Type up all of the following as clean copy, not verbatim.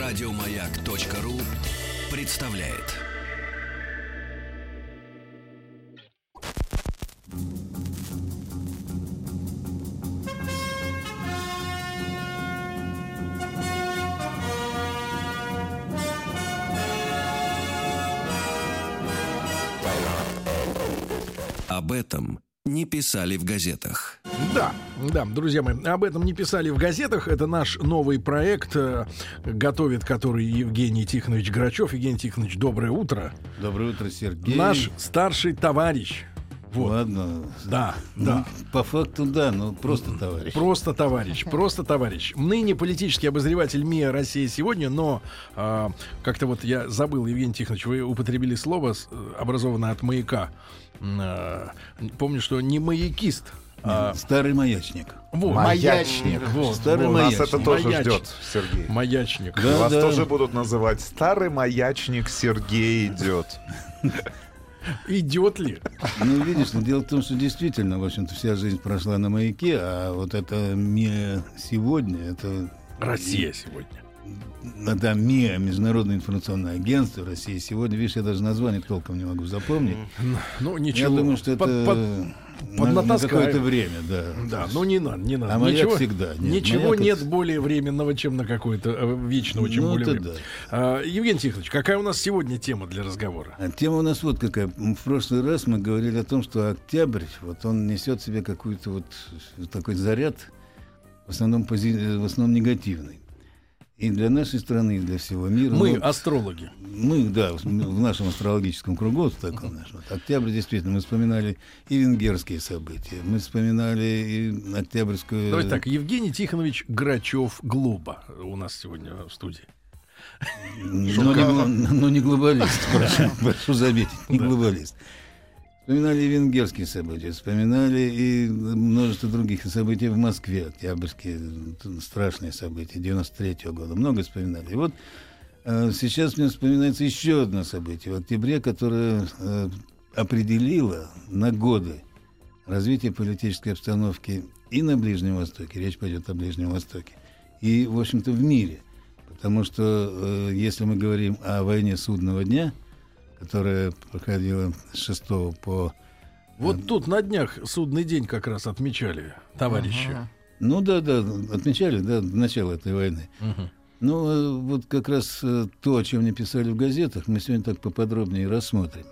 Радиомаяк.ру представляет. Об этом не писали в газетах. Да, друзья мои, об этом не писали в газетах. Это наш новый проект, готовит который Евгений Тихонович Грачев. Евгений Тихонович, доброе утро. Доброе утро, Сергей. Наш старший товарищ. Вот. Ладно. Да. По факту, да, но просто товарищ. Просто товарищ. Ныне политический обозреватель МИА «Россия сегодня», но как-то вот я забыл, Евгений Тихонович, вы употребили слово, образованное от маяка. Помню, что не маякист, старый маячник. Маячник. Старый Нас маячник. это тоже ждет, Сергей. Маячник. Да, Вас да. тоже будут называть старый маячник Сергей идет. Идет ли? Ну, видишь, дело в том, что действительно, в общем-то, вся жизнь прошла на маяке, а вот это МИА сегодня, это... Россия сегодня. Да, МИА, Международное информационное агентство России сегодня. Видишь, я даже название толком не могу запомнить. Ну, ничего. Я думаю, что это на какое-то время, да. Да, ну не надо. А маяк всегда. Ничего маяк нет более временного, чем на какое-то вечного, чем более временного. Евгений Тихонович, какая у нас сегодня тема для разговора? А тема у нас вот какая. В прошлый раз мы говорили о том, что октябрь, вот он несет в себе какой-то вот такой заряд, в основном негативный. И для нашей страны, и для всего мира. Мы астрологи. Мы, да, в нашем астрологическом кругу, вот таком нашем. Вот, октябрь, действительно, мы вспоминали и венгерские события, мы вспоминали и октябрьскую... Давайте так, Евгений Тихонович Грачев Глоба у нас сегодня в студии. Но не глобалист, прошу заметить, не глобалист. Вспоминали и венгерские события, вспоминали и множество других событий в Москве, октябрьские страшные события 93-го года, много вспоминали. И вот сейчас мне вспоминается еще одно событие в октябре, которое определило на годы развитие политической обстановки и на Ближнем Востоке, речь пойдет о Ближнем Востоке, и, в общем-то, в мире. Потому что если мы говорим о войне Судного дня, которая проходила с 6 по... Вот тут на днях Судный день как раз отмечали, товарищи. Ну да, отмечали, да, начало этой войны. Ну, вот как раз то, о чем мне писали в газетах, мы сегодня так поподробнее рассмотрим.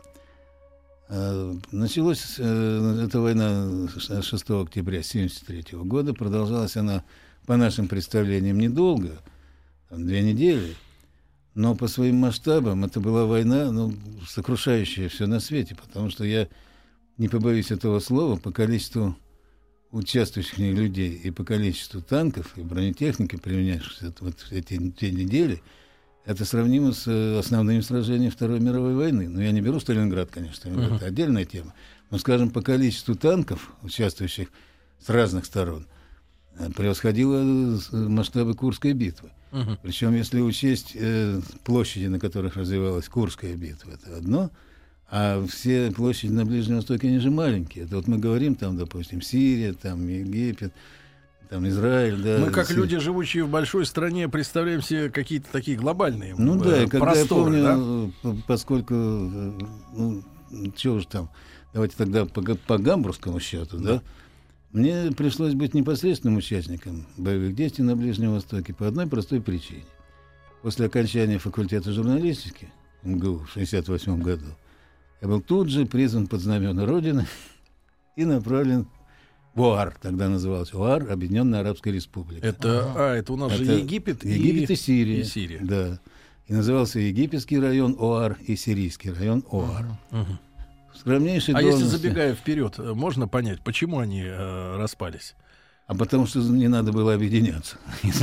Началась эта война 6 октября 1973 года, продолжалась она, по нашим представлениям, недолго, 2 недели. Но по своим масштабам это была война, сокрушающая все на свете, потому что я не побоюсь этого слова, по количеству участвующих в ней людей и по количеству танков и бронетехники, применявшихся вот эти 2 недели, это сравнимо с основными сражениями Второй мировой войны. Но я не беру Сталинград, конечно, это отдельная тема. Но, скажем, по количеству танков, участвующих с разных сторон, превосходило масштабы Курской битвы. Причем, если учесть площади, на которых развивалась Курская битва, это одно, а все площади на Ближнем Востоке, они же маленькие. Это вот мы говорим, там, допустим, Сирия, там, Египет, там, Израиль. Да, мы, как люди, живущие в большой стране, представляем себе какие-то такие глобальные да, и когда просторы, я помню, поскольку, чего же там, давайте тогда по гамбургскому счету, да, мне пришлось быть непосредственным участником боевых действий на Ближнем Востоке по одной простой причине. После окончания факультета журналистики МГУ в 1968 году я был тут же призван под знамена Родины и направлен в ОАР, тогда назывался ОАР, Объединенная Арабская Республика. Это у нас же Египет и Сирия. И Сирия. Да. И назывался Египетский район ОАР и Сирийский район ОАР. Скромнейший если забегая вперед, можно понять, почему они распались? А потому что не надо было объединяться,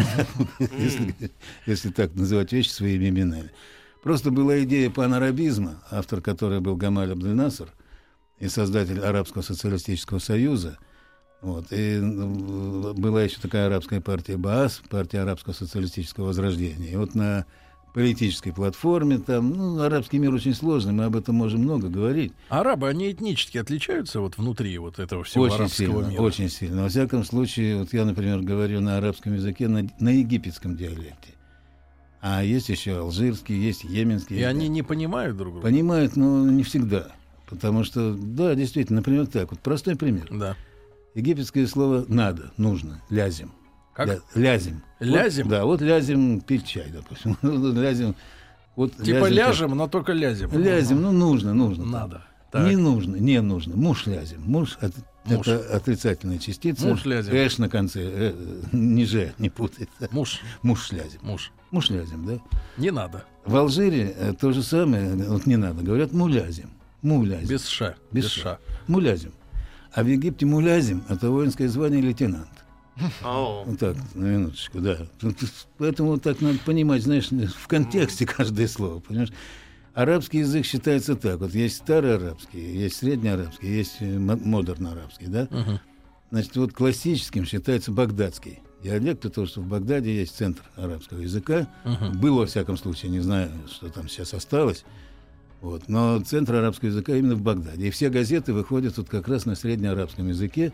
если так называть вещи своими именами. Просто была идея панарабизма, автор которой был Гамаль Абдель-Насер, и создатель Арабского социалистического союза. Вот. И была еще такая арабская партия БААС, партия Арабского социалистического возрождения. И вот на политической платформе там, арабский мир очень сложный, мы об этом можем много говорить. Арабы, они этнически отличаются вот внутри вот этого всего арабского мира? Очень сильно. Во всяком случае, вот я, например, говорю на арабском языке на египетском диалекте. А есть еще алжирский, есть йеменский. И они не понимают друг друга? Понимают, но не всегда. Потому что, да, действительно, например, так. Вот простой пример. Да. Египетское слово «надо», «нужно», «лязем». Как? Лязем. Лязем? Вот, да, вот лязем пить чай, допустим. Лязем. Вот Типа лязем, ляжем, но только лязем. Лязем, ну нужно. Надо. Так. Не нужно. Муж лязем. Муж — это отрицательная частица. Муж лязем. Эш на конце, не же, не путай. Муж. Муж лязем. Муж лязем, да? Не надо. В Алжире то же самое, вот не надо, говорят мулязем. Мулязем. Без ша. Без ша. Мулязем. А в Египте мулязем — это воинское звание лейтенант. Вот так, на минуточку, да. Поэтому вот так надо понимать, знаешь, в контексте каждое слово, понимаешь? Арабский язык считается так. Вот есть старый арабский, есть средний арабский, есть модерн арабский, да? Значит, вот классическим считается багдадский диалект, потому что в Багдаде есть центр арабского языка. Был, во всяком случае, не знаю, что там сейчас осталось. Вот. Но центр арабского языка именно в Багдаде. И все газеты выходят вот как раз на среднеарабском языке,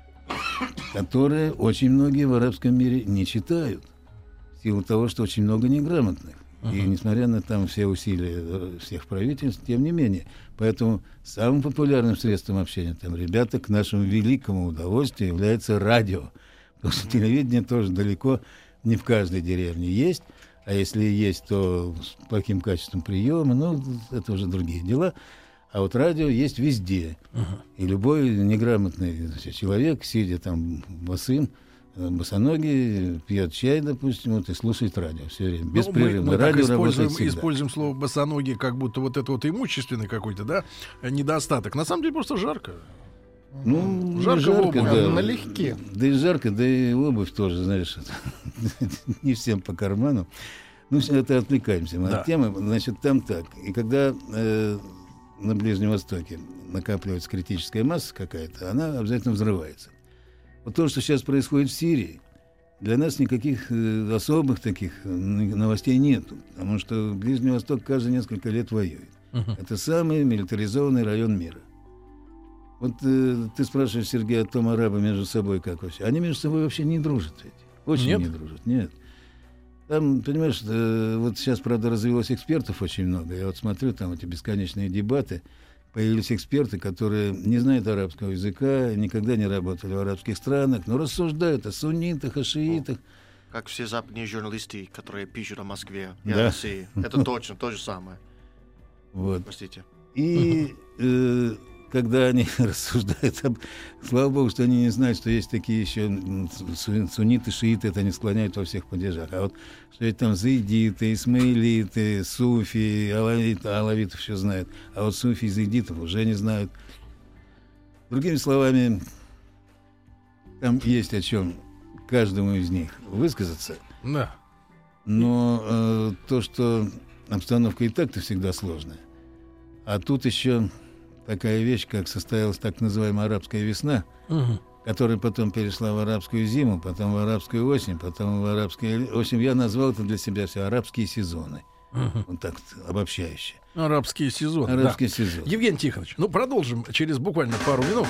которые очень многие в арабском мире не читают. В силу того, что очень много неграмотных. И несмотря на там все усилия всех правительств, тем не менее. Поэтому самым популярным средством общения там, ребята, к нашему великому удовольствию является радио. Потому что телевидение тоже далеко не в каждой деревне есть. А если есть, то с плохим качеством приема, ну, это уже другие дела. А вот радио есть везде. И любой неграмотный человек, сидя там босоногий, пьет чай, допустим, вот, и слушает радио все время. Беспрерывно. Мы радио так работает всегда. используем слово босоногий, как будто вот это вот имущественный какой-то, да, недостаток. На самом деле просто жарко. Ну, жарко в обуви, да. налегке. Да и жарко, да и обувь тоже, знаешь, не всем по карману. Ну, это отвлекаемся мы от темы. Значит, там так. И когда на Ближнем Востоке накапливается критическая масса какая-то, она обязательно взрывается. Вот то, что сейчас происходит в Сирии, для нас никаких особых таких новостей нет. Потому что Ближний Восток каждые несколько лет воюет. Это самый милитаризованный район мира. Вот ты спрашиваешь, Сергей, о том, арабы между собой как вообще. Они между собой вообще не дружат ведь. Очень не дружат. Нет. Там, понимаешь, вот сейчас, правда, развелось экспертов очень много. Я вот смотрю, там эти бесконечные дебаты. Появились эксперты, которые не знают арабского языка, никогда не работали в арабских странах, но рассуждают о суннитах, о шиитах. Как все западные журналисты, которые пишут о Москве и о России. Это точно то же самое. Вот. Простите. И когда они рассуждают слава богу, что они не знают, что есть такие еще сунниты, шииты, это они склоняют во всех падежах. А вот что это там заидиты, исмаилиты, суфи, алавитов еще знают. А вот суфи и заидитов уже не знают. Другими словами, там есть о чем каждому из них высказаться. Да. Но то, что обстановка и так-то всегда сложная. А тут еще такая вещь, как состоялась так называемая арабская весна, которая потом перешла в арабскую зиму, потом в арабскую осень, потом в арабскую... В общем, я назвал это для себя все арабские сезоны. Вот так вот, обобщающе. Арабские сезоны. Арабские сезоны. Евгений Тихонович, ну продолжим через буквально пару минут.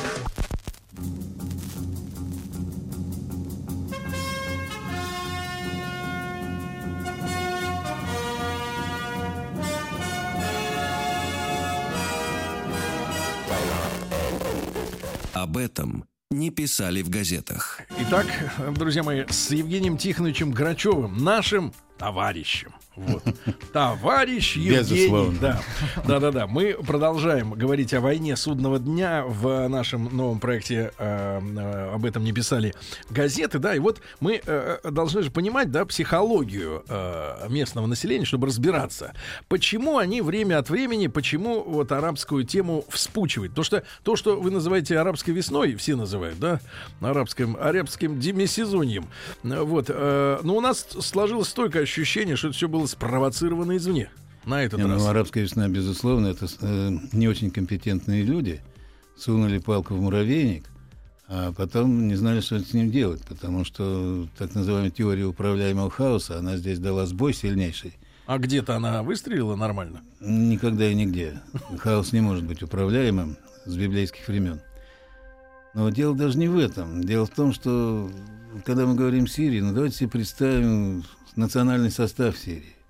Об этом не писали в газетах. Итак, друзья мои, с Евгением Тихоновичем Грачевым, нашим товарищем. Вот. Товарищ Евгений. Да. Мы продолжаем говорить о войне судного дня в нашем новом проекте. Об этом не писали газеты. Да, и вот мы должны же понимать, да, психологию местного населения, чтобы разбираться, почему они время от времени, почему вот арабскую тему вспучивают. Потому что то, что вы называете арабской весной, все называют, да, арабским демисезоньем. Вот. Но у нас сложилось стойкое ощущение, что это все было спровоцировано извне. На этот раз. Ну, арабская весна, безусловно, это не очень компетентные люди сунули палку в муравейник, а потом не знали, что с ним делать, потому что так называемая теория управляемого хаоса, она здесь дала сбой сильнейший. А где-то она выстрелила нормально? Никогда и нигде. Хаос не может быть управляемым с библейских времен. Но дело даже не в этом. Дело в том, что когда мы говорим Сирии, ну давайте себе представим национальный состав Сирии.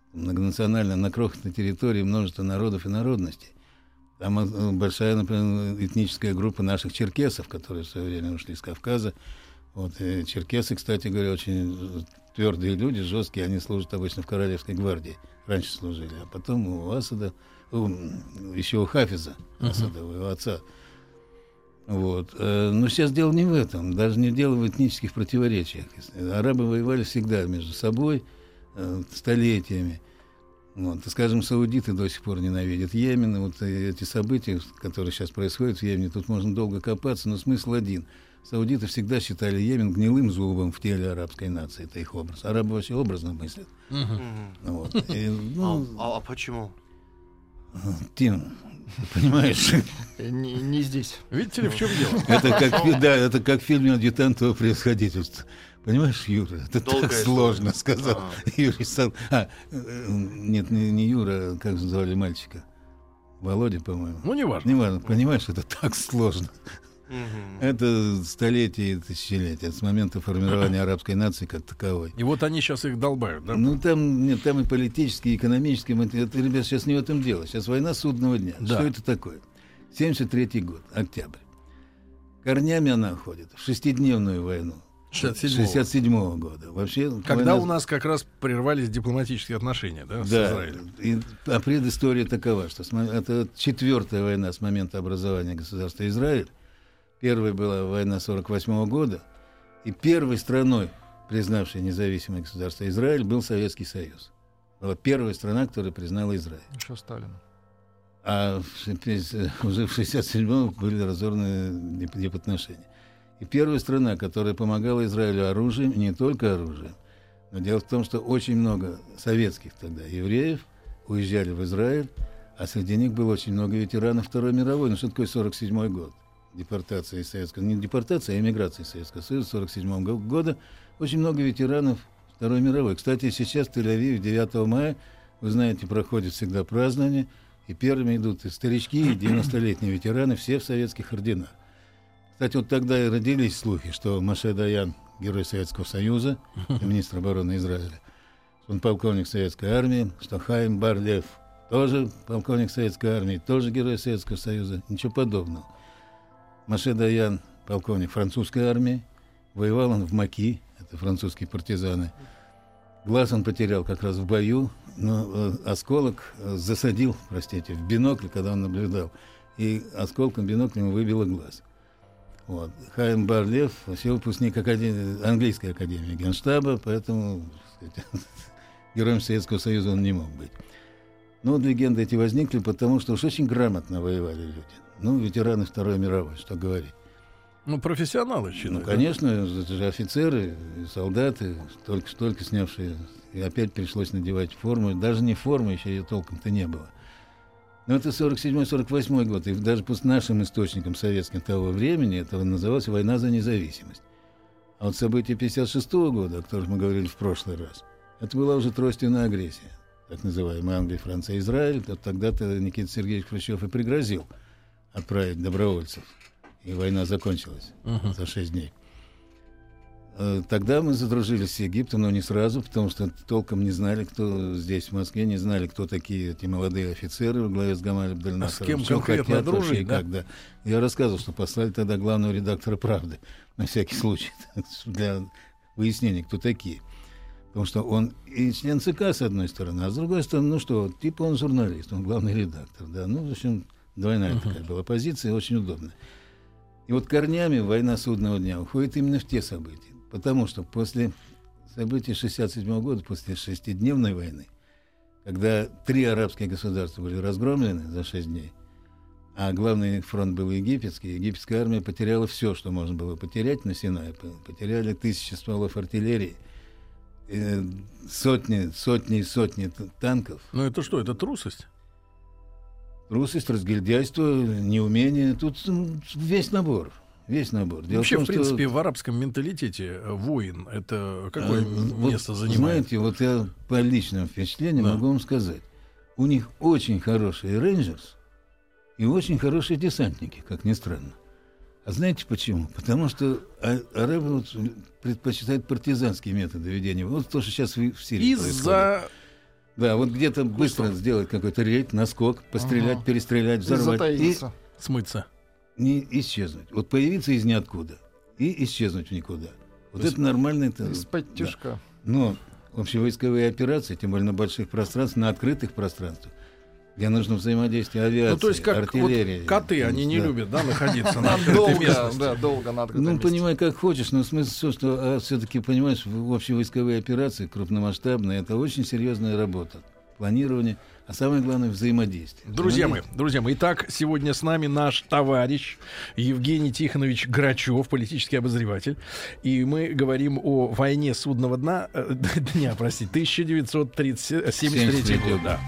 многонационально на крохотной территории множество народов и народностей. Там большая, например, этническая группа наших черкесов, которые в свое время ушли с Кавказа. Вот, и черкесы, кстати говоря, очень твердые люди, жесткие, они служат обычно в Королевской гвардии. Раньше служили, а потом у Асада, еще у Хафиза Асада, у его отца. Вот. Но сейчас дело не в этом, даже не дело в этнических противоречиях. Арабы воевали всегда между собой, столетиями. Вот. Скажем, саудиты до сих пор ненавидят Йемен. Вот эти события, которые сейчас происходят в Йемене, тут можно долго копаться, но смысл один. Саудиты всегда считали Йемен гнилым зубом в теле арабской нации. Это их образ. Арабы вообще образно мыслят. Вот. А почему? Тим, понимаешь? Не здесь. Видите ли, в чем дело? Это как в фильме «Адъютант его превосходительства». Понимаешь, Юра, это Долгая так сложно, сказал Юрий Сал. Нет, не Юра, как звали мальчика? Володя, по-моему. Ну, неважно. Неважно, понимаешь, это так сложно. Это столетия и тысячелетия с момента формирования арабской нации как таковой. И вот они сейчас их долбают, да? Ну, там и политические, и экономические. Это, ребят, сейчас не в этом дело. Сейчас война судного дня. Да. Что это такое? 73-й год, октябрь. Корнями она уходит в шестидневную войну. 67-го года. Вообще, когда у нас как раз прервались дипломатические отношения, да, с Израилем. А предыстория такова, что это 4-я война с момента образования государства Израиль. Первая была война 48-го года, и первой страной, признавшей независимое государство Израиль, был Советский Союз. Была первая страна, которая признала Израиль. Еще Сталин. А уже в 67-м были разорваны дипотношения. И первая страна, которая помогала Израилю оружием, и не только оружием, но дело в том, что очень много советских тогда евреев уезжали в Израиль, а среди них было очень много ветеранов Второй мировой. Ну, что такое 47-й год? Депортация из Советского... Не депортация, а эмиграция из Советского Союза 47-го года. Очень много ветеранов Второй мировой. Кстати, сейчас в Тель-Авиве 9 мая, вы знаете, проходит всегда празднование, и первыми идут и старички, и 90-летние ветераны, все в советских орденах. Кстати, вот тогда и родились слухи, что Моше Даян, герой Советского Союза, министр обороны Израиля, он полковник Советской армии, что Хаим Бар-Лев тоже полковник Советской армии, тоже герой Советского Союза. Ничего подобного. Моше Даян, полковник французской армии, воевал он в Маки, это французские партизаны. Глаз он потерял как раз в бою, но осколок засадил, простите, в бинокль, когда он наблюдал, и осколком бинокля ему выбило глаз. Вот. Хаим Бар-Лев, вообще выпускник английской академии Генштаба, поэтому, сказать, героем Советского Союза он не мог быть. Но вот легенды эти возникли, потому что уж очень грамотно воевали люди. Ну, ветераны Второй мировой, что говорить. Ну, профессионалы, Ну, конечно, это же офицеры, солдаты, только снявшие, и опять пришлось надевать форму. Даже не форму, еще ее толком-то не было. Но это 47-48 год, и даже по нашим источникам советским того времени это называлось «Война за независимость». А вот события 56-го года, о которых мы говорили в прошлый раз, это была уже тройственная агрессия, так называемая Англия, Франция, Израиль. Тогда-то Никита Сергеевич Хрущев и пригрозил отправить добровольцев, и война закончилась за 6 дней. Тогда мы задружились с Египтом, но не сразу, потому что толком не знали, кто здесь, в Москве, не знали, кто такие эти молодые офицеры во главе с Гамаль Абдель-Насером. А с кем конкретно дружить, да? Да? Я рассказывал, что послали тогда главного редактора «Правды», на всякий случай, для выяснения, кто такие. Потому что он и член ЦК, с одной стороны, а с другой стороны, ну что, типа он журналист, он главный редактор, да. Ну, в общем, двойная такая была позиция, очень удобная. И вот корнями война судного дня уходит именно в те события. Потому что после событий 1967 года, после шестидневной войны, когда 3 арабские государства были разгромлены за 6 дней, а главный фронт был египетский, египетская армия потеряла все, что можно было потерять на Синае. Потеряли 1000 стволов артиллерии, сотни и сотни танков. Ну это что, это трусость? Трусость, разгильдяйство, неумение. Тут весь набор. Весь набор. Дело вообще, в том, в принципе, что... в арабском менталитете воин — это какое место занимает? Знаете, вот я по личным впечатлениям могу вам сказать. У них очень хорошие рейнджерс и очень хорошие десантники, как ни странно. А знаете почему? Потому что арабы предпочитают партизанские методы ведения. Вот то, что сейчас в Сирии происходит. Да, вот где-то быстро сделать какой-то рейд, наскок, пострелять, перестрелять, взорвать. И смыться. Не исчезнуть. Вот появиться из ниоткуда и исчезнуть в никуда. Вот это нормально. Из-под тяжка. Да. Но общевойсковые операции, тем более на больших пространствах, на открытых пространствах, где нужно взаимодействие авиации, то есть как артиллерии. Вот коты, они не любят, находиться на открытой местности. Да, долго на открытом месте. Понимай, как хочешь, но смысл в том, что все-таки, понимаешь, общевойсковые операции крупномасштабные, это очень серьезная работа. Планирование, а самое главное — взаимодействие. Друзья мои, итак, сегодня с нами наш товарищ Евгений Тихонович Грачев, политический обозреватель. И мы говорим о войне судного дня, 1973 год. Да.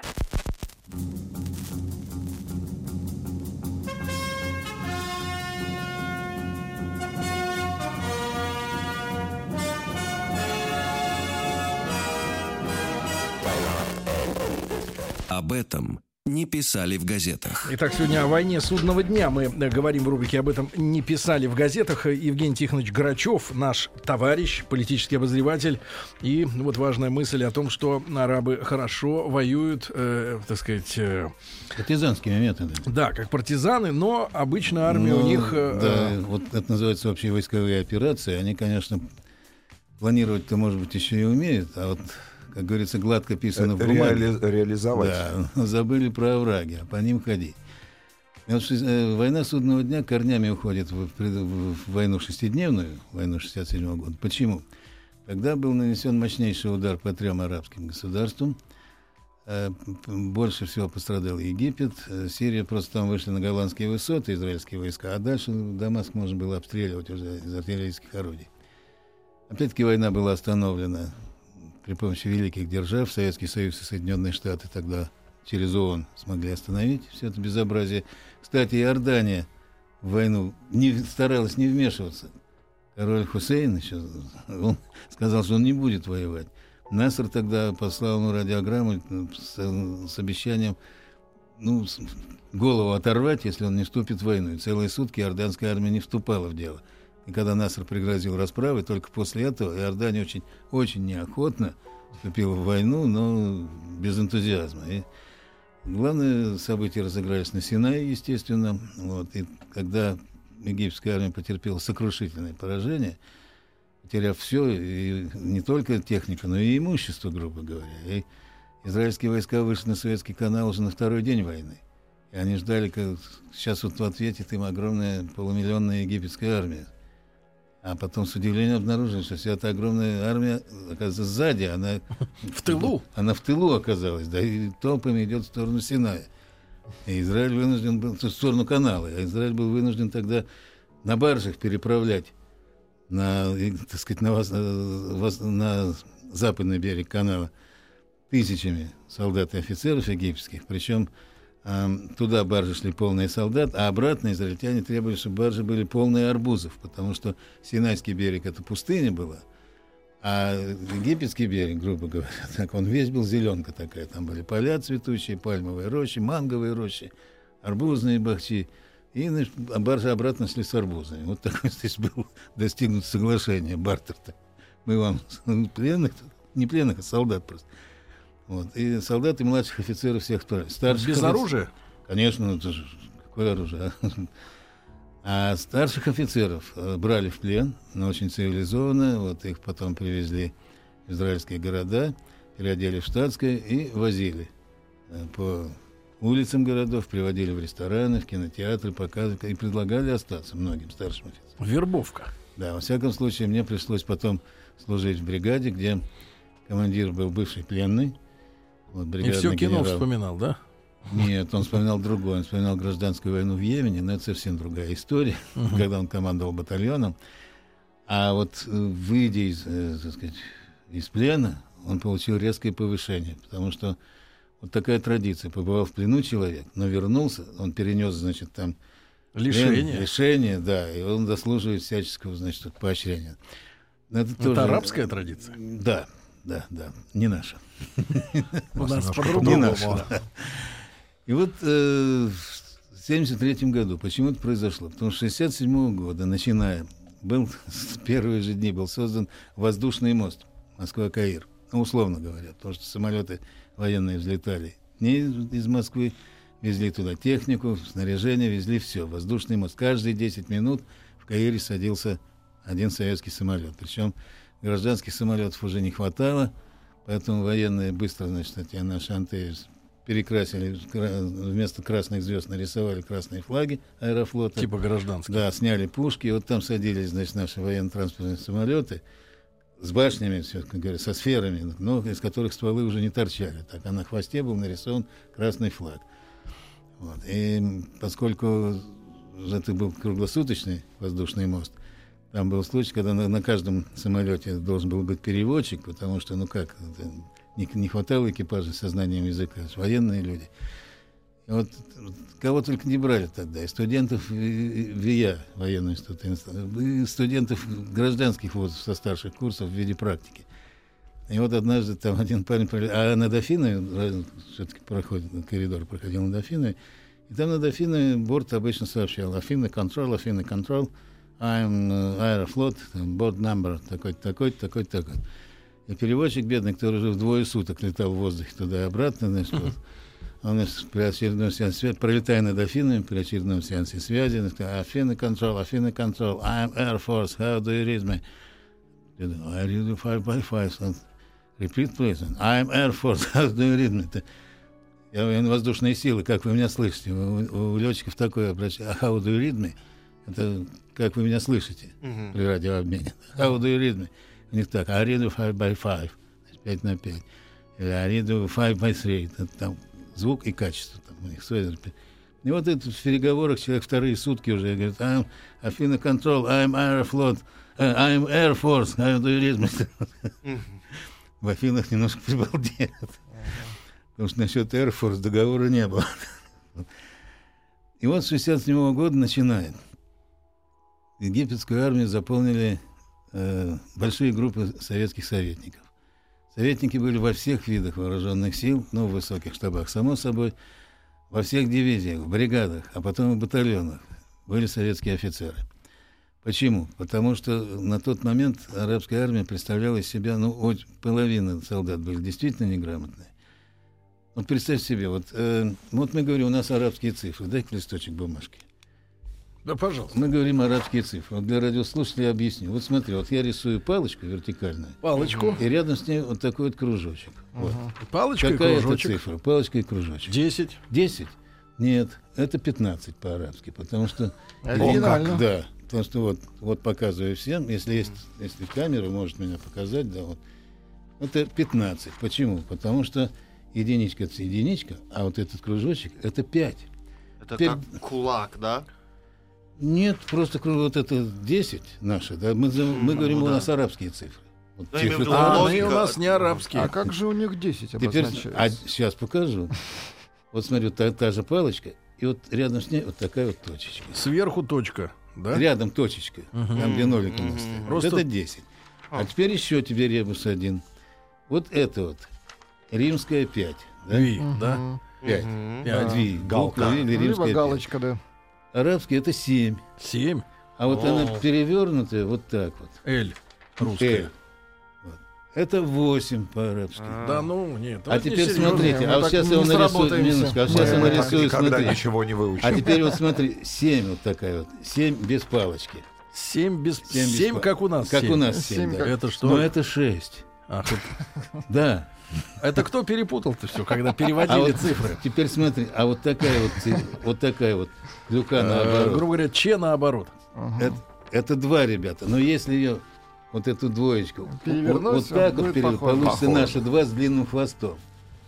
Об этом не писали в газетах. Итак, сегодня о войне судного дня мы говорим в рубрике «Об этом не писали в газетах». Евгений Тихонович Грачев, наш товарищ, политический обозреватель. И вот важная мысль о том, что арабы хорошо воюют, так сказать... партизанскими методами. Да, как партизаны, но обычно армия у них... Да, вот это называется общевойсковые операции. Они, конечно, планировать-то, может быть, еще и умеют, а вот... как говорится, гладко писано в бумаге. Реализовать. Да, забыли про овраги, а по ним ходи. Война судного дня корнями уходит в войну шестидневную, войну 67 года. Почему? Тогда был нанесен мощнейший удар по 3 арабским государствам. Больше всего пострадал Египет. Сирия просто там вышли на голландские высоты, израильские войска, а дальше Дамаск можно было обстреливать уже из артиллерийских орудий. Опять-таки война была остановлена при помощи великих держав. Советский Союз и Соединенные Штаты тогда через ООН смогли остановить все это безобразие. Кстати, Иордания в войну старалась не вмешиваться. Король Хусейн еще, он сказал, что он не будет воевать. Наср тогда послал ему радиограмму с обещанием голову оторвать, если он не вступит в войну. И целые сутки иорданская армия не вступала в дело. И когда Наср пригрозил расправой, только после этого Иордания очень, очень неохотно вступила в войну, но без энтузиазма. И главное события разыгрались на Синае, естественно. Вот. И когда египетская армия потерпела сокрушительное поражение, потеряв все, и не только технику, но и имущество, грубо говоря. И израильские войска вышли на Суэцкий канал уже на 2-й день войны. И они ждали, как сейчас вот ответит им огромная полумиллионная египетская армия. А потом с удивлением обнаружили, что вся эта огромная армия, оказывается, сзади, она в тылу. Она в тылу оказалась, да, и толпами идет в сторону Синая. И Израиль вынужден был в сторону канала. А Израиль был вынужден тогда на баржах переправлять на западный берег канала тысячами солдат и офицеров египетских. Причем туда баржи шли полные солдат, а обратно израильтяне требовали, чтобы баржи были полные арбузов, потому что Синайский берег — это пустыня была, а египетский берег, грубо говоря, так, он весь был зеленка такая. Там были поля цветущие, пальмовые рощи, манговые рощи, арбузные бахчи, и баржи обратно шли с арбузами. Вот такое здесь было достигнуто соглашение, бартер-то. Мы вам пленных, не пленных, а солдат просто. Вот. И солдат и младших офицеров всех отправили. Без оружия? Конечно, это же какое оружие? А старших офицеров брали в плен, но очень цивилизованно. Вот их потом привезли в израильские города, переодели в штатское и возили по улицам городов, приводили в рестораны, в кинотеатры, показывали и предлагали остаться многим старшим офицерам. Вербовка. Да, во всяком случае, мне пришлось потом служить в бригаде, где командир был бывший пленный. Вот, и все кино генерал вспоминал, да? Нет, он вспоминал другое. Он вспоминал гражданскую войну в Йемене, но это совсем другая история, когда он командовал батальоном. А вот выйдя из плена, он получил резкое повышение, потому что вот такая традиция. Побывал в плену человек, но вернулся, он перенес, значит, там лишение, да, и он заслуживает всяческого, значит, поощрения. Это тоже арабская традиция? Да, не наша. У нас по-другому. И вот в 1973 году почему это произошло? Потому что с 1967 года, начиная, с первых же дней был создан воздушный мост Москва-Каир. условно говоря, потому что самолеты военные взлетали не из Москвы, везли туда технику, снаряжение, везли все. Воздушный мост. Каждые 10 минут в Каире садился один советский самолет. Причем гражданских самолетов уже не хватало, поэтому военные быстро, значит, эти наши Антеи перекрасили, вместо красных звезд нарисовали красные флаги Аэрофлота. Типа гражданских. Да, сняли пушки, и вот там садились, значит, наши военно-транспортные самолеты с башнями, все, как говорят, со сферами, но из которых стволы уже не торчали. Так, а на хвосте был нарисован красный флаг. Вот. И поскольку это был круглосуточный воздушный мост, там был случай, когда на каждом самолете должен был быть переводчик, потому что, не хватало экипажа с сознанием языка, военные люди. И вот кого только не брали тогда, и студентов ВИА, военного института, и студентов гражданских вузов со старших курсов в виде практики. И вот однажды там один парень, а на Дофиновой, все-таки коридор проходил на Дофиновой, и там на Дофиновой борт обычно сообщал: Афины контроль, I'm Aeroflot, board number такой-то, такой-то. И переводчик бедный, который уже вдвое суток летал в воздухе туда и обратно, значит, вот, он при очередном сеансе связи, пролетая над Афинами, при очередном сеансе связи, Афины контроль, I'm Air Force, how do you read me? I read you 5 by 5. Repeat, please. I'm Air Force, how do you read me? Я воздушные силы, как вы меня слышите? У летчиков такое обращение. How do you read me? Это как вы меня слышите при радиообмене. How do you read me? У них так, I read you 5 by 5, 5 на 5. Или I read you 5 by 3. Это там звук и качество. Там у них свои. И вот это в переговорах человек вторые сутки уже говорит: I'm Афина Control, I'm Aeroflot, I'm Air Force, how do you read me? В Афинах немножко прибалдеют. Потому что насчет Air Force договора не было. И вот с 1967 года начинает. Египетскую армию заполнили большие группы советских советников. Советники были во всех видах вооруженных сил, в высоких штабах, само собой, во всех дивизиях, в бригадах, а потом и в батальонах были советские офицеры. Почему? Потому что на тот момент арабская армия представляла из себя, половина солдат были действительно неграмотные. Вот представь себе, вот мы говорим, у нас арабские цифры, дай-ка листочек бумажки. Да, пожалуйста. Мы говорим арабские цифры. Вот для радиослушателей я объясню. Вот смотри, вот я рисую палочку вертикальную. Палочку. И рядом с ней вот такой вот кружочек. Вот. Палочка какая и кружочек. Это цифра? Палочка и кружочек. 10. 10? Нет, это 15 по-арабски, потому что... Оригинально. Да, потому что вот показываю всем, если камера может меня показать, да, вот. Это 15. Почему? Потому что единичка — это единичка, а вот этот кружочек — это 5. Это как кулак, да? Нет, просто вот это 10 наши, да, мы говорим, у нас арабские цифры. Вот цифры у нас не арабские. А как же у них 10 обозначается? Сейчас покажу. Вот смотрю, та же палочка, и вот рядом с ней вот такая вот точечка. Сверху точка, да? Рядом точечка, там где нолик у нас стоит. Вот это 10. А теперь еще тебе ребус один. Вот это вот римская 5. Да? Да? 5. Галка. Либо галочка, да. Арабский — это 7. 7. А вот она перевернутая вот так вот. L. Русская. Вот. Это 8 по-арабски. Да нет. А теперь смотрите, а вот сейчас я его нарисую, минуточку, а сейчас я нарисую, смотри. Ничего не выучим. А теперь вот смотри, 7 вот такая вот, 7 без палочки. 7 без... 7 как у нас. Как у нас 7, да. Это что? Ну это 6. Да. Это кто перепутал-то все, когда переводили цифры? Теперь смотри, а вот такая вот клюка наоборот. Грубо говоря, че наоборот. Это 2, ребята. Но если ее, вот эту двоечку, вот так вот получится наши 2 с длинным хвостом.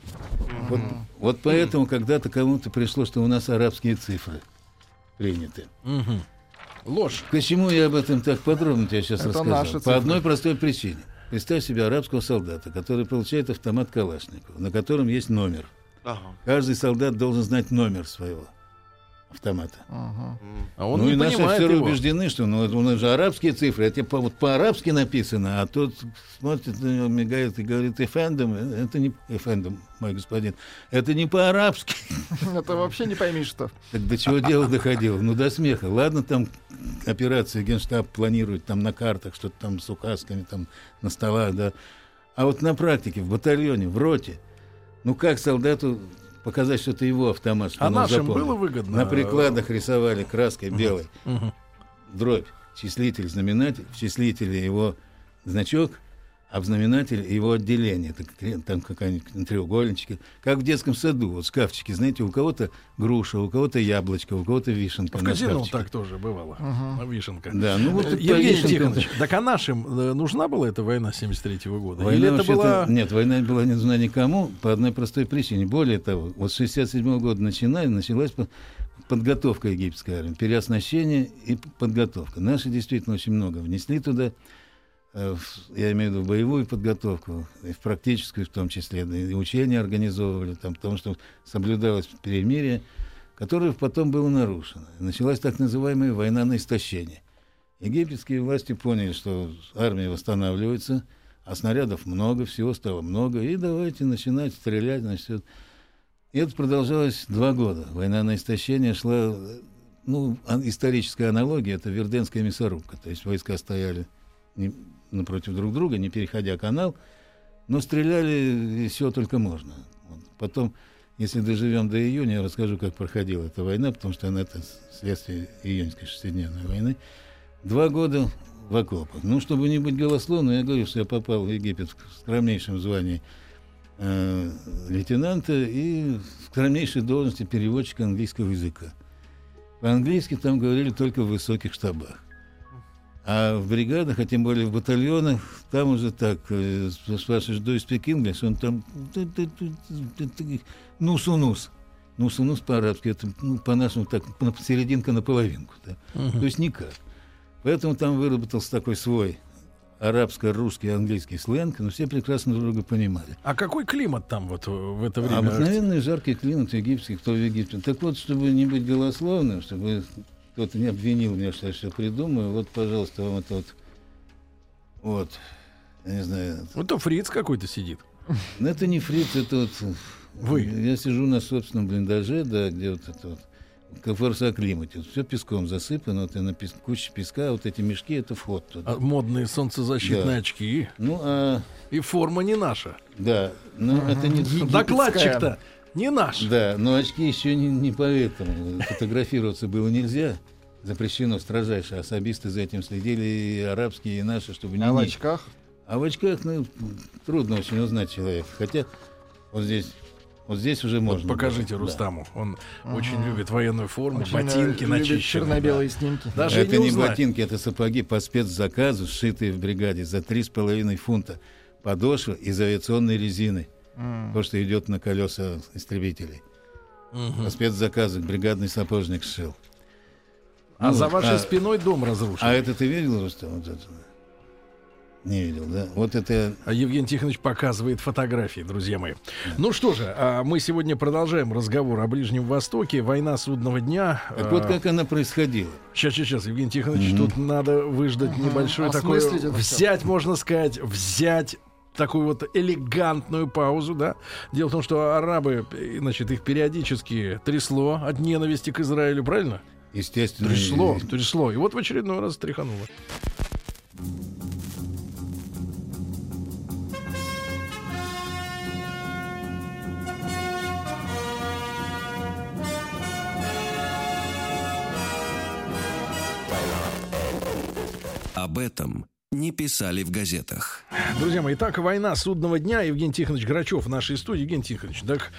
Вот поэтому когда-то кому-то пришло, что у нас арабские цифры приняты. Ложь. Почему я об этом так подробно тебе сейчас рассказал? По одной простой причине. Представь себе арабского солдата, который получает автомат Калашникова, на котором есть номер. Каждый солдат должен знать номер своего автомата. А он не и наши понимает офицеры его. убеждены, что у нас же арабские цифры, это по-арабски написано, а тот смотрит на него, мигает и говорит: «Эфендом». Это не «Эфендом, мой господин». Это не по-арабски. Это вообще не пойми что. Так до чего дело доходило? До смеха. Ладно, там операции Генштаб планирует там на картах, что-то там с указками там на столах, да. А вот на практике, в батальоне, в роте, ну как солдату показать, что это его автомат, что А он нашим запомнил? было выгодно? На прикладах рисовали краской белой. Дробь, числитель, знаменатель, в числителе его значок, а в знаменателе его отделение. Там какая-нибудь треугольнички. Как в детском саду, вот шкафчики, знаете, у кого-то груша, у кого-то яблочко, у кого-то вишенка. В казино так тоже бывало. Вишенка. Да, ну вот Евгений Тихонович, так а нашим нужна была эта война 73-го года? Война Или это была... Нет, война была не нужна никому по одной простой причине. Более того, вот с 67-го года началась подготовка египетской армии, переоснащение и подготовка. Наши действительно очень много внесли туда. Я имею в виду боевую подготовку, и в практическую в том числе, и учения организовывали, там, потому что соблюдалось перемирие, которое потом было нарушено. Началась так называемая война на истощение. Египетские власти поняли, что армия восстанавливается, а снарядов много, всего стало много, и давайте начинать стрелять. Значит, и это продолжалось 2 года. Война на истощение шла, ну, историческая аналогия, это Верденская мясорубка, то есть войска стояли напротив друг друга, не переходя канал, но стреляли и все только можно. Вот. Потом, если доживем до июня, я расскажу, как проходила эта война, потому что она это следствие июньской 6-дневной войны. 2 года в окопах. Ну, чтобы не быть голословным, я говорю, что я попал в Египет в скромнейшем звании лейтенанта и в скромнейшей должности переводчика английского языка. По-английски там говорили только в высоких штабах. А в бригадах, а тем более в батальонах, там уже так, спрашиваешь, do you speak English? Он там, нус-у-нус. Нус-у-нус по-арабски, это по-нашему так, серединка на половинку. Да? То есть никак. Поэтому там выработался такой свой арабско-русский, английский сленг, но все прекрасно друг друга понимали. А какой климат там вот в это время? Обыкновенный жаркий климат египетский, кто в Египте. Так вот, чтобы не быть голословным, чтобы кто-то не обвинил меня, что я все придумаю, вот, пожалуйста, вам это вот, я не знаю. Вот то фриц какой-то сидит. Это не фриц, это вот... Вы? Я сижу на собственном блиндаже, да, где вот это вот, в климате. Все песком засыпано, вот и куча песка, вот эти мешки, это вход туда. А модные солнцезащитные очки. Ну, и форма не наша. Да, но это не... Докладчик-то не наш. Да, но очки еще не поэтому. Фотографироваться было нельзя. Запрещено строжайше. Особисты за этим следили, и арабские, и наши, чтобы не... А в очках? А в очках, ну, трудно очень узнать человека. Хотя вот здесь уже можно. Вот покажите было. Рустаму. Да. Он очень любит военную форму, Очень ботинки начищенные. Черно-белые снимки. Даже это не ботинки, это сапоги по спецзаказу, сшитые в бригаде за 3,5 фунта. Подошва из авиационной резины. То, что идет на колеса истребителей. По спецзаказу бригадный сапожник сшил. А за вашей спиной дом разрушен. А это ты видел, Рустам? Вот это? Не видел, да? Вот это... Евгений Тихонович показывает фотографии, друзья мои. Ну что же, мы сегодня продолжаем разговор о Ближнем Востоке. Война судного дня. Так вот как она происходила. Сейчас, Евгений Тихонович, тут надо выждать небольшой такой... Взять, можно сказать, такую вот элегантную паузу, да. Дело в том, что арабы, значит, их периодически трясло от ненависти к Израилю, правильно? Естественно. Трясло. И вот в очередной раз тряхануло. Об этом не писали в газетах. Друзья мои, итак, война судного дня. Евгений Тихонович Грачев в нашей студии. Евгений Тихонович, так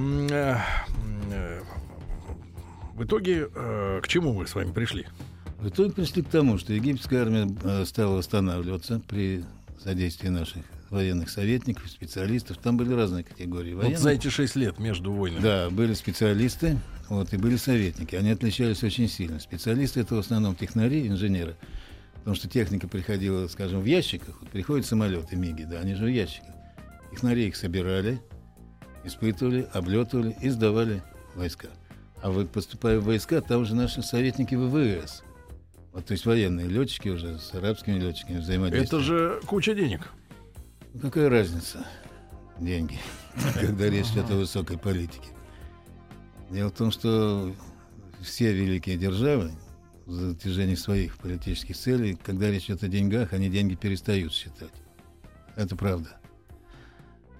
в итоге к чему мы с вами пришли? В итоге пришли к тому, что египетская армия стала восстанавливаться при содействии наших военных советников, специалистов. Там были разные категории военных. Вот за эти 6 лет между войнами. Да, были специалисты, и были советники. Они отличались очень сильно. Специалисты — это в основном технари, инженеры. Потому что техника приходила, скажем, в ящиках. Вот приходят самолеты, МиГи, да, они же в ящиках. Технари их собирали, испытывали, облетывали и сдавали войска. А вот поступая в войска, там уже наши советники ВВС. Вот, то есть военные летчики уже с арабскими летчиками взаимодействуют. Это же куча денег. Какая разница? Деньги. Когда речь идет о высокой политике. Дело в том, что все великие державы за достижение своих политических целей, когда речь идет о деньгах, они деньги перестают считать. Это правда.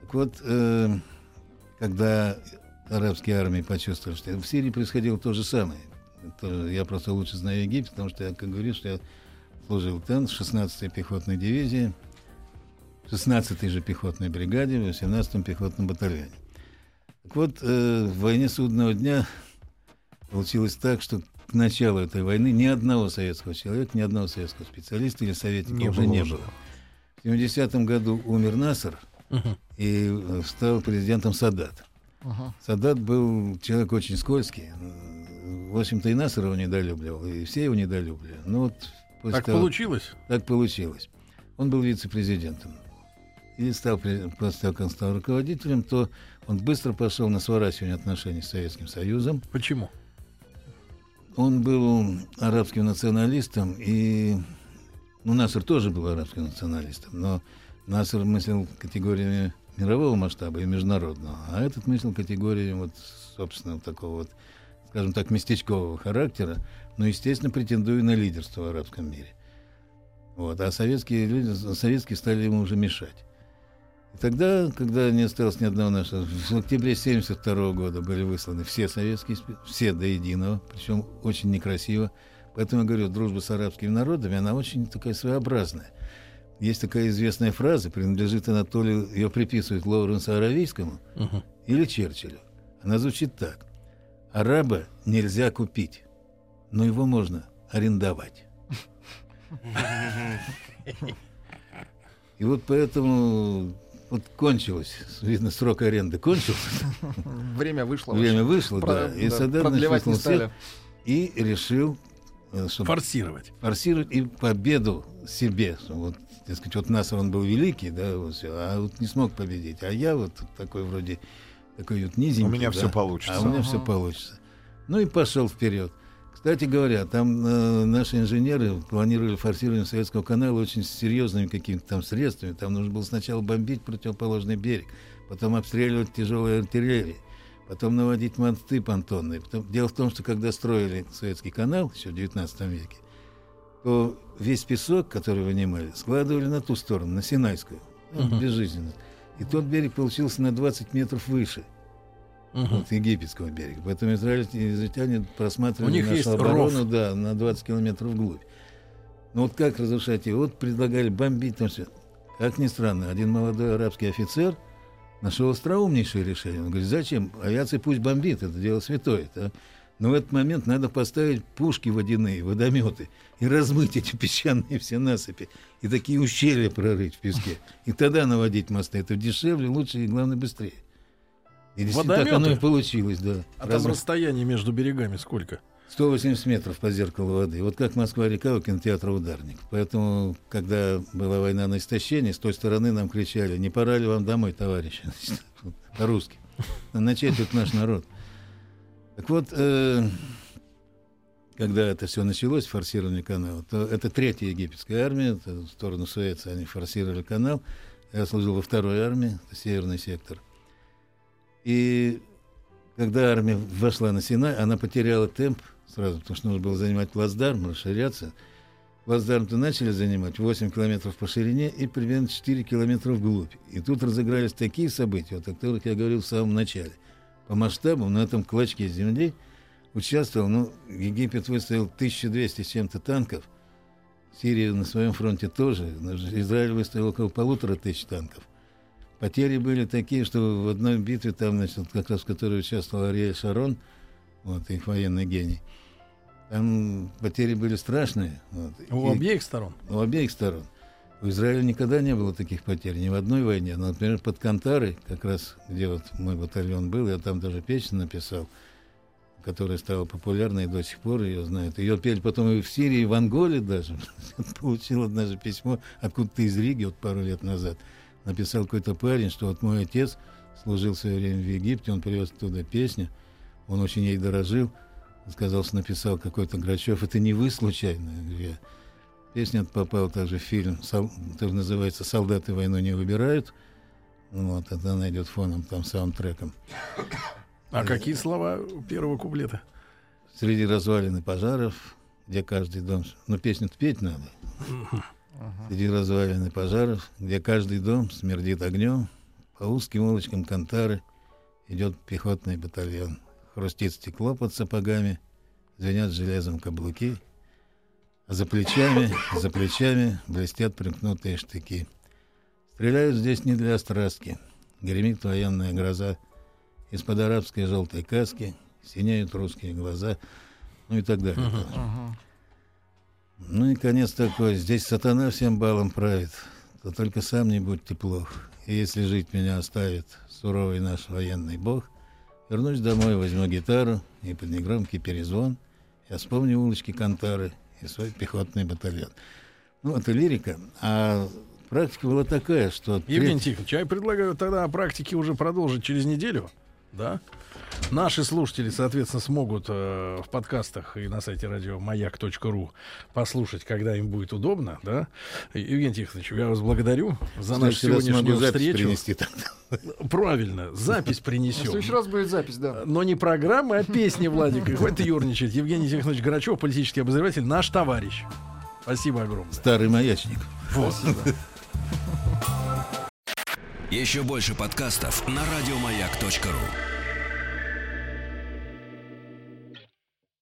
Вот, когда арабские армии почувствовали, что в Сирии происходило то же самое. Я просто лучше знаю Египет, потому что я, как говорю, что я служил там в 16-й пехотной дивизии, 16-й же пехотной бригаде, в 18-м пехотном батальоне. Так вот, в войне Судного дня получилось так, что к началу этой войны ни одного советского человека, ни одного советского специалиста или советника уже не было. В 70-м году умер Насер, и стал президентом Садат. Садат был человек очень скользкий. В общем-то, и Насер его недолюбливал, и все его недолюбливали. Но вот так получилось? Так получилось. Он был вице-президентом. И после того, как он стал руководителем, то он быстро пошел на сворачивание отношений с Советским Союзом. Почему? Он был арабским националистом, и Насер тоже был арабским националистом, но Насер мыслил категориями мирового масштаба и международного, а этот мыслил категориями вот, собственно, такого вот, скажем так, местечкового характера, но, естественно, претендуя на лидерство в арабском мире. Вот. А советские стали ему уже мешать. И тогда, когда не осталось ни одного нашего, в октябре 1972 года были высланы все советские, все до единого, причем очень некрасиво. Поэтому я говорю, дружба с арабскими народами, она очень такая своеобразная. Есть такая известная фраза, принадлежит Анатолию, ее приписывают Лоуренсу Аравийскому или Черчиллю. Она звучит так. Араба нельзя купить, но его можно арендовать. И вот поэтому вот кончилось, видно, срок аренды кончился. Время вышло. Время вышло, да. И Садат продлевать не стали. И решил форсировать и победу себе. Вот, так сказать, вот Насер, он был великий, да, вот все, а вот не смог победить. А я вот такой вроде, такой вот низенький. У меня все получится. А у меня все получится. Ну и пошел вперед. Кстати говоря, там наши инженеры планировали форсирование Советского канала очень серьезными какими-то там средствами. Там нужно было сначала бомбить противоположный берег, потом обстреливать тяжелой артиллерией, потом наводить мосты понтонные. Дело в том, что когда строили Советский канал еще в XIX веке, то весь песок, который вынимали, складывали на ту сторону, на Синайскую, безжизненно. И тот берег получился на 20 метров выше от египетского берега. Поэтому израильтяне просматривали нашу оборону на 20 километров вглубь. Но вот как разрушать его? Вот предлагали бомбить там все. Как ни странно, один молодой арабский офицер нашел остроумнейшее решение. Он говорит, зачем? Авиация пусть бомбит, это дело святое. Да? Но в этот момент надо поставить пушки водяные, водометы, и размыть эти песчаные все насыпи, и такие ущелья прорыть в песке. И тогда наводить мосты. Это дешевле, лучше и, главное, быстрее. И действительно так оно и получилось, да. Там расстояние между берегами сколько? 180 метров по зеркалу воды. Вот как Москва-река у кинотеатра «Ударник». Поэтому, когда была война на истощение, с той стороны нам кричали, не пора ли вам домой, товарищи? По-русски. Начать тут наш народ. Так вот, когда это все началось, форсирование канала, то это третья египетская армия, это в сторону Суэца они форсировали канал. Я служил во второй армии, это северный сектор. И когда армия вошла на Синай, она потеряла темп сразу, потому что нужно было занимать плацдарм, расширяться. Плацдарм-то начали занимать 8 километров по ширине и примерно 4 километра вглубь. И тут разыгрались такие события, о которых я говорил в самом начале. По масштабу на этом клочке земли участвовал, Египет выставил 1200 с чем-то танков, Сирия на своем фронте тоже, Израиль выставил около 1500 танков. Потери были такие, что в одной битве, там, значит, как раз в которой участвовал Ариэль Шарон, вот, их военный гений, там потери были страшные. Вот. У обеих сторон? У обеих сторон. У Израиля никогда не было таких потерь, ни в одной войне. Но, например, под Кантарой, как раз где вот мой батальон был, я там даже песню написал, которая стала популярной, и до сих пор ее знают. Ее пели потом и в Сирии, и в Анголе даже. Получил однажды письмо откуда-то из Риги, вот пару лет назад. Написал какой-то парень, что вот мой отец служил в свое время в Египте, он привез оттуда песню, он очень ей дорожил, сказал, что написал какой-то Грачев. Это не вы случайно? Песня попала также в фильм, который называется «Солдаты войну не выбирают». Вот, это она идет фоном, там, саундтреком. А какие слова у первого куплета? Среди развалин и пожаров, где каждый дом... песню-то петь надо. Среди развалин и пожаров, где каждый дом смердит огнем, По узким улочкам Кантары идет пехотный батальон. Хрустит стекло под сапогами, звенят железом каблуки, а за плечами блестят примкнутые штыки. Стреляют здесь не для страстки. Гремит военная гроза. Из-под арабской желтой каски синеют русские глаза. Ну и так далее. Ну и конец такой. Здесь сатана всем балом правит. То только сам не будьте плох. И если жить меня оставит суровый наш военный бог, вернусь домой, возьму гитару, и под негромкий перезвон я вспомню улочки Кантары и свой пехотный батальон. Ну, это лирика. А практика была такая, что... Евгений Тихонович, я предлагаю тогда о практике уже продолжить через неделю. Да? Наши слушатели, соответственно, смогут в подкастах и на сайте радиомаяк.ру послушать, когда им будет удобно. Да? Евгений Тихонович, я вас благодарю за нашу сегодняшнюю встречу. Правильно, запись принесем. В следующий раз будет запись, да. Но не программы, а песни, Владик. Хватит ерничать. Евгений Тихонович Грачев, политический обозреватель, наш товарищ. Спасибо огромное. Старый маячник. Вот. Еще больше подкастов на радиомаяк.ру.